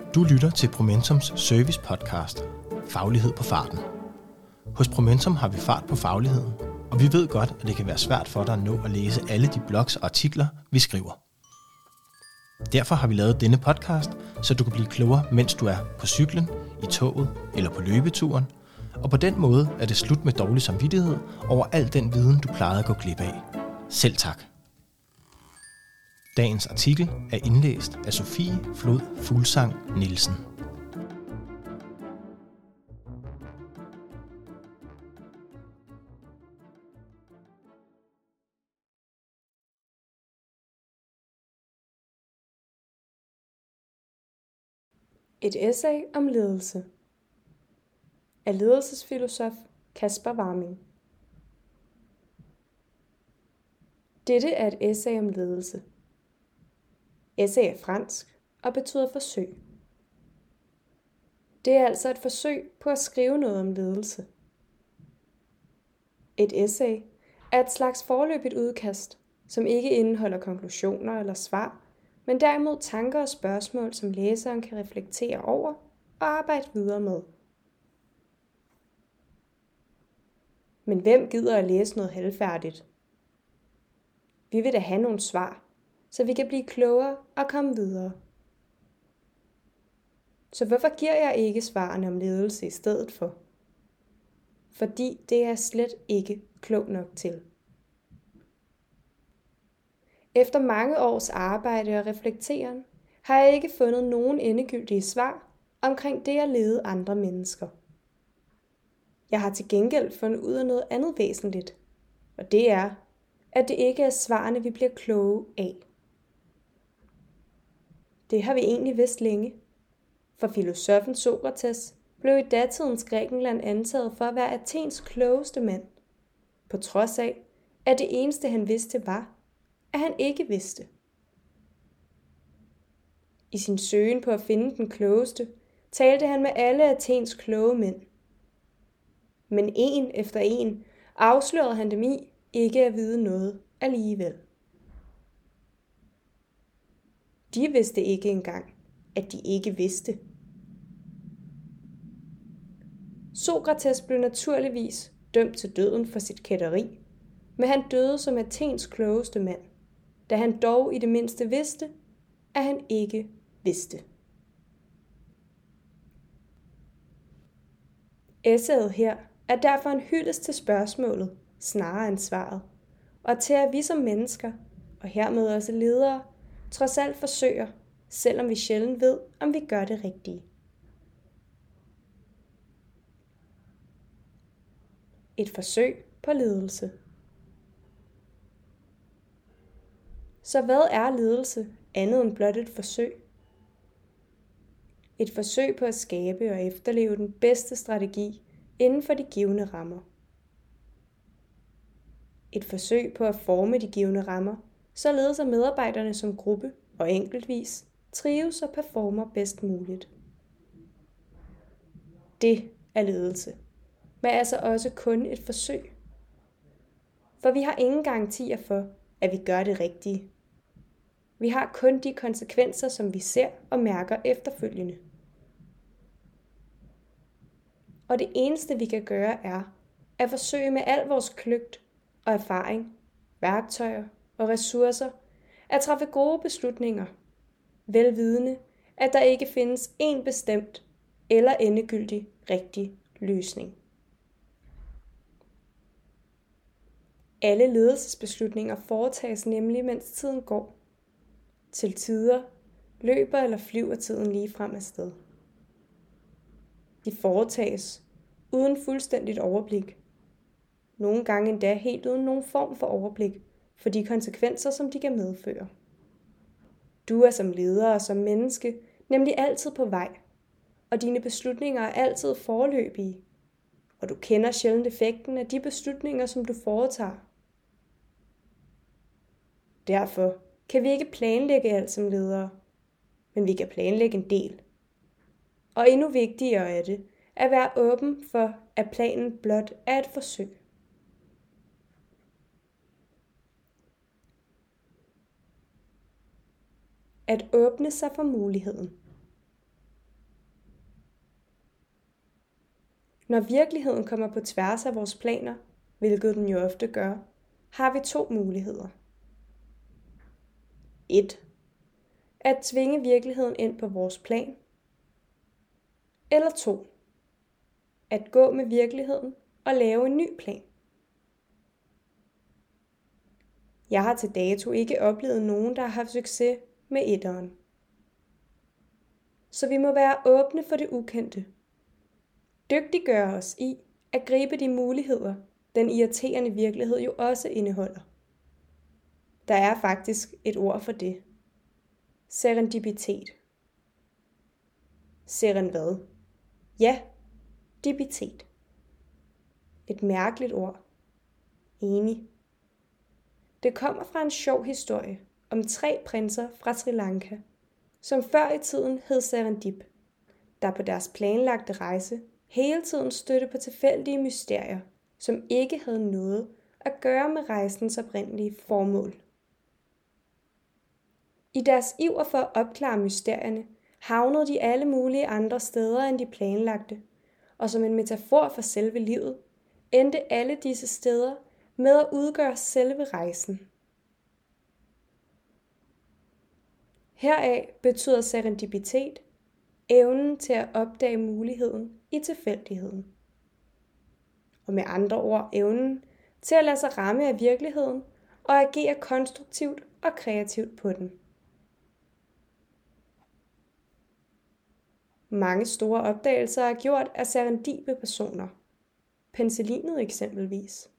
Du lytter til Promentums service podcast, Faglighed på farten. Hos Promentum har vi fart på fagligheden, og vi ved godt, at det kan være svært for dig at nå at læse alle de blogs og artikler, vi skriver. Derfor har vi lavet denne podcast, så du kan blive klogere, mens du er på cyklen, i toget eller på løbeturen, og på den måde er det slut med dårlig samvittighed over al den viden, du plejede at gå glip af. Selv tak. Dagens artikel er indlæst af Sofie Flod Fuglsang Nielsen. Et essay om ledelse af ledelsesfilosof Kasper Warming. Dette er et essay om ledelse. Essay er fransk og betyder forsøg. Det er altså et forsøg på at skrive noget om ledelse. Et essay er et slags foreløbigt udkast, som ikke indeholder konklusioner eller svar, men derimod tanker og spørgsmål, som læseren kan reflektere over og arbejde videre med. Men hvem gider at læse noget halvfærdigt? Vi vil da have nogle svar, så vi kan blive klogere og komme videre. Så hvorfor giver jeg ikke svarene om ledelse i stedet for? Fordi det er jeg slet ikke klog nok til. Efter mange års arbejde og reflekteren, har jeg ikke fundet nogen endegyldige svar omkring det at lede andre mennesker. Jeg har til gengæld fundet ud af noget andet væsentligt, og det er, at det ikke er svarene, vi bliver kloge af. Det har vi egentlig vidst længe, for filosoffen Sokrates blev i datidens Grækenland antaget for at være Athens klogeste mand, på trods af, at det eneste han vidste var, at han ikke vidste. I sin søgen på at finde den klogeste, talte han med alle Athens kloge mænd. Men en efter en afslørede han dem i ikke at vide noget alligevel. De vidste ikke engang, at de ikke vidste. Sokrates blev naturligvis dømt til døden for sit kætteri, men han døde som Athens klogeste mand, da han dog i det mindste vidste, at han ikke vidste. Essayet her er derfor en hyldest til spørgsmålet, snarere end svaret, og til at vi som mennesker, og hermed også ledere, trods alt forsøger, selvom vi sjældent ved, om vi gør det rigtige. Et forsøg på ledelse. Så hvad er ledelse andet end blot et forsøg? Et forsøg på at skabe og efterleve den bedste strategi inden for de givne rammer. Et forsøg på at forme de givne rammer, således at medarbejderne som gruppe og enkeltvis trives og performer bedst muligt. Det er ledelse, men altså også kun et forsøg. For vi har ingen garantier for, at vi gør det rigtige. Vi har kun de konsekvenser, som vi ser og mærker efterfølgende. Og det eneste, vi kan gøre, er at forsøge med al vores kløgt og erfaring, værktøjer og ressourcer at træffe gode beslutninger, velvidende, at der ikke findes én bestemt eller endegyldig rigtig løsning. Alle ledelsesbeslutninger foretages nemlig, mens tiden går. Til tider løber eller flyver tiden lige frem afsted. De foretages uden fuldstændigt overblik. Nogle gange endda helt uden nogen form for overblik for de konsekvenser, som de kan medføre. Du er som leder og som menneske nemlig altid på vej, og dine beslutninger er altid foreløbige, og du kender sjældent effekten af de beslutninger, som du foretager. Derfor kan vi ikke planlægge alt som ledere, men vi kan planlægge en del. Og endnu vigtigere er det at være åben for, at planen blot er et forsøg. At åbne sig for muligheden. Når virkeligheden kommer på tværs af vores planer, hvilket den jo ofte gør, har vi 2 muligheder. 1. At tvinge virkeligheden ind på vores plan. Eller 2. At gå med virkeligheden og lave en ny plan. Jeg har til dato ikke oplevet nogen, der har haft succes med etteren. Så vi må være åbne for det ukendte. Dygtiggøre os i at gribe de muligheder, den irriterende virkelighed jo også indeholder. Der er faktisk et ord for det. Serendipitet. Seren hvad? Ja, dipitet. Et mærkeligt ord. Enig. Det kommer fra en sjov historie om 3 prinser fra Sri Lanka, som før i tiden hed Serendip, der på deres planlagte rejse hele tiden stødte på tilfældige mysterier, som ikke havde noget at gøre med rejsens oprindelige formål. I deres iver for at opklare mysterierne, havnede de alle mulige andre steder end de planlagte, og som en metafor for selve livet, endte alle disse steder med at udgøre selve rejsen. Heraf betyder serendipitet evnen til at opdage muligheden i tilfældigheden. Og med andre ord evnen til at lade sig ramme af virkeligheden og agere konstruktivt og kreativt på den. Mange store opdagelser er gjort af serendipe personer. Penicillinet eksempelvis.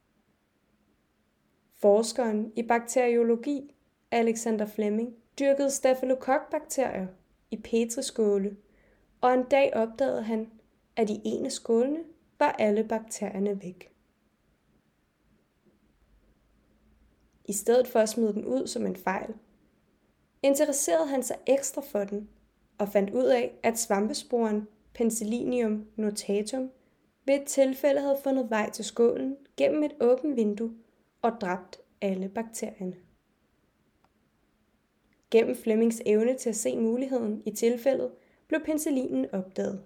Forskeren i bakteriologi, Alexander Fleming, dyrkede stafylokokbakterier i petriskåle, og en dag opdagede han, at i en af skålene var alle bakterierne væk. I stedet for at smide den ud som en fejl, interesserede han sig ekstra for den og fandt ud af, at svampesporen Penicillium notatum ved et tilfælde havde fundet vej til skålen gennem et åbent vindue og dræbt alle bakterierne. Gennem Flemings evne til at se muligheden i tilfældet, blev penicillinen opdaget.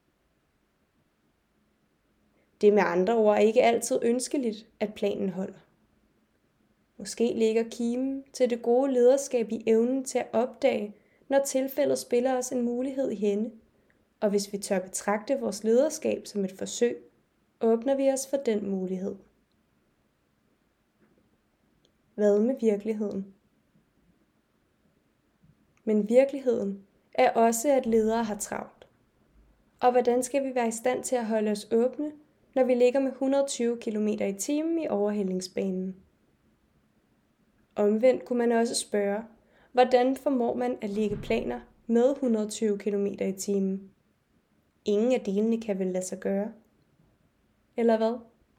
Det er med andre ord ikke altid ønskeligt, at planen holder. Måske ligger kimen til det gode lederskab i evnen til at opdage, når tilfældet spiller os en mulighed i hænde, og hvis vi tør betragte vores lederskab som et forsøg, åbner vi os for den mulighed. Hvad med virkeligheden? Men virkeligheden er også, at ledere har travlt. Og hvordan skal vi være i stand til at holde os åbne, når vi ligger med 120 km/t i overhældingsbanen? Omvendt kunne man også spørge, hvordan formår man at lægge planer med 120 km/t? Ingen af delene kan vel lade sig gøre. Eller hvad?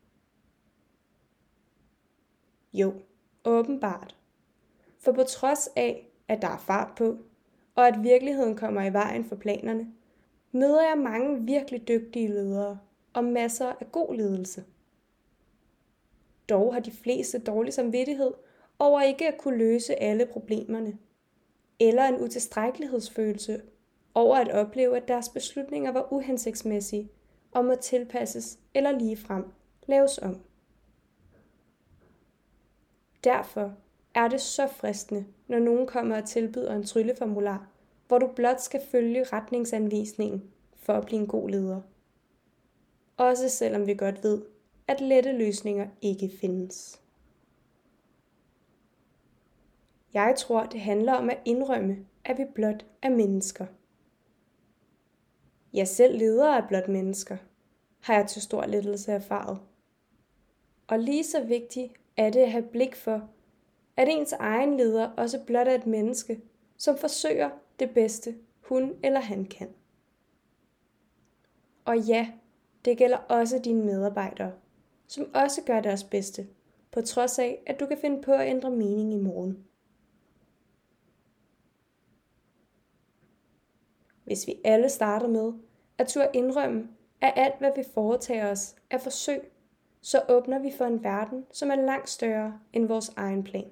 Jo, åbenbart. For på trods af, at der er fart på, og at virkeligheden kommer i vejen for planerne, møder jeg mange virkelig dygtige ledere og masser af god ledelse. Dog har de fleste dårlig samvittighed over ikke at kunne løse alle problemerne, eller en utilstrækkelighedsfølelse over at opleve, at deres beslutninger var uhensigtsmæssige og må tilpasses eller ligefrem laves om. Derfor er det så fristende, når nogen kommer og tilbyder en trylleformular, hvor du blot skal følge retningsanvisningen for at blive en god leder. Også selvom vi godt ved, at lette løsninger ikke findes. Jeg tror, det handler om at indrømme, at vi blot er mennesker. Ja, selv ledere er blot mennesker, har jeg til stor lettelse erfaret. Og lige så vigtigt er det at have blik for, at ens egen leder også blot er et menneske, som forsøger det bedste, hun eller han kan. Og ja, det gælder også dine medarbejdere, som også gør deres bedste, på trods af, at du kan finde på at ændre mening i morgen. Hvis vi alle starter med at turde indrømme, at alt hvad vi foretager os er forsøg, så åbner vi for en verden, som er langt større end vores egen plan.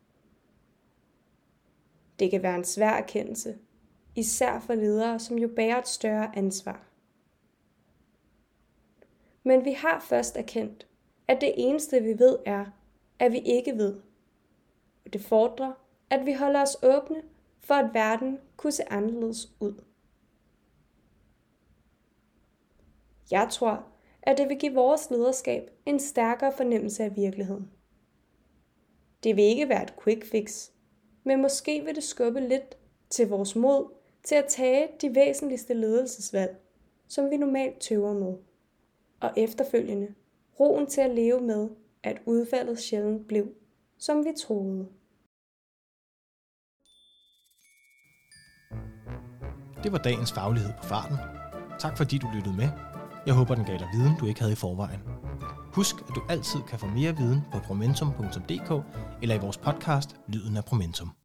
Det kan være en svær erkendelse, især for ledere, som jo bærer et større ansvar. Men vi har først erkendt, at det eneste vi ved er, at vi ikke ved. Og det fordrer, at vi holder os åbne for at verden kunne se anderledes ud. Jeg tror, at det vil give vores lederskab en stærkere fornemmelse af virkeligheden. Det vil ikke være et quick fix, men måske vil det skubbe lidt til vores mod til at tage de væsentligste ledelsesvalg, som vi normalt tøver med, og efterfølgende roen til at leve med, at udfaldet sjældent blev, som vi troede. Det var dagens faglighed på farten. Tak fordi du lyttede med. Jeg håber, den gav dig viden, du ikke havde i forvejen. Husk, at du altid kan få mere viden på promentum.dk eller i vores podcast Lyden af Promentum.